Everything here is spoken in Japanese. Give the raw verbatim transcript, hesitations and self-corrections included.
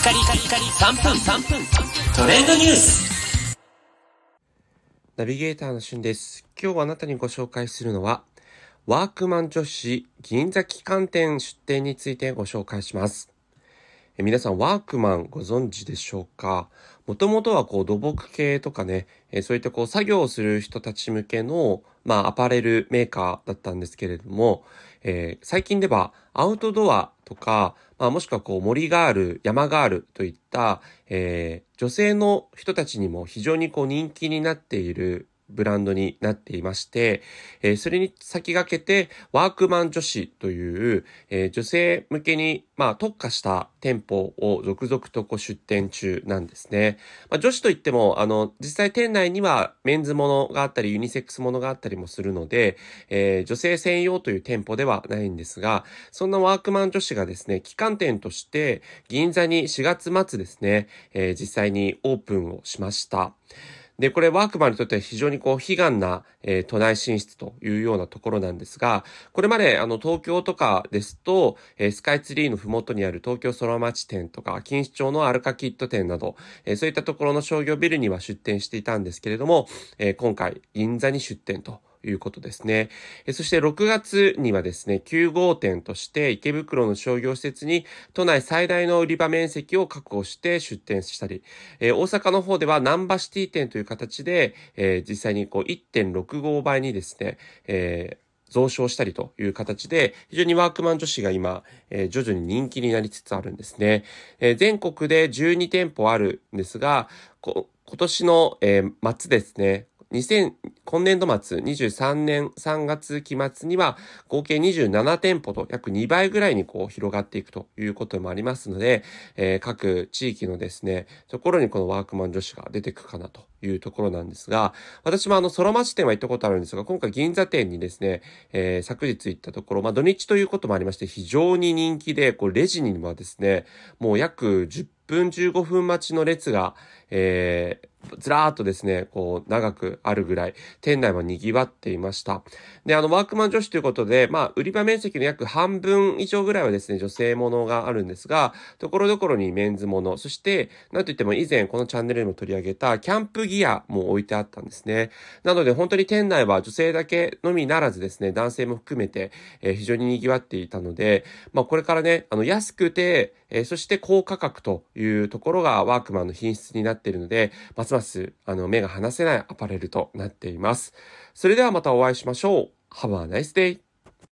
カリカリカリさんぷんさんぷんトレンドニュース。 ナビゲーターのしゅんです。今日あなたにご紹介するのはワークマン女子銀座旗艦店出店についてご紹介します。え皆さんワークマンご存知でしょうか。もともとはこう土木系とかね、えそういったこう作業をする人たち向けのまあアパレルメーカーだったんですけれども、えー、最近ではアウトドアとか、まあ、もしくはこう森がある、山があるといった、えー、女性の人たちにも非常にこう人気になっているブランドになっていまして、えー、それに先駆けてワークマン女子という、えー、女性向けに、まあ、特化した店舗を続々とこう出店中なんですね。まあ、女子といってもあの実際店内にはメンズものがあったりユニセックスものがあったりもするので、えー、女性専用という店舗ではないんですが、そんなワークマン女子がですね、旗艦店として銀座にしがつ末ですね、えー、実際にオープンをしました。で、これワークマンにとっては非常にこう悲願な、えー、都内進出というようなところなんですが、これまであの東京とかですと、えー、スカイツリーのふもとにある東京ソラマチ店とか錦糸町のアルカキッド店など、えー、そういったところの商業ビルには出店していたんですけれども、えー、今回銀座に出店ということですね。そしてろくがつにはですね、きゅう号店として池袋の商業施設に都内最大の売り場面積を確保して出店したり、えー、大阪の方ではナンバシティ店という形で、えー、実際にこう いってんろくご 倍にですね、えー増床したりという形で、非常にワークマン女子が今、えー、徐々に人気になりつつあるんですね。えー、全国でじゅうに店舗あるんですが、こ今年の、えー、末ですね、にせん今年度末にじゅうさんねんさんがつ期末には合計にじゅうなな店舗と約にばいぐらいにこう広がっていくということもありますので、えー、各地域のですね、ところにこのワークマン女子が出てくるかなというところなんですが、私もあのソロマチ店は行ったことあるんですが、今回銀座店にですね、えー、昨日行ったところ、まあ土日ということもありまして非常に人気で、こうレジにはですね、もう約じゅっぷんじゅうごふん待ちの列が、えーずらーっとですね、こう長くあるぐらい店内は賑わっていました。で、あのワークマン女子ということで、まあ売り場面積の約半分以上ぐらいはですね、女性ものがあるんですが、ところどころにメンズもの、そしてなんといっても以前このチャンネルでも取り上げたキャンプギアも置いてあったんですね。なので本当に店内は女性だけのみならずですね、男性も含めて、えー、非常に賑わっていたので、まあこれからね、あの安くて、えー、そして高価格というところがワークマンの品質になっているので、ますますあの目が離せないアパレルとなっています。それではまたお会いしましょう。Have a nice day!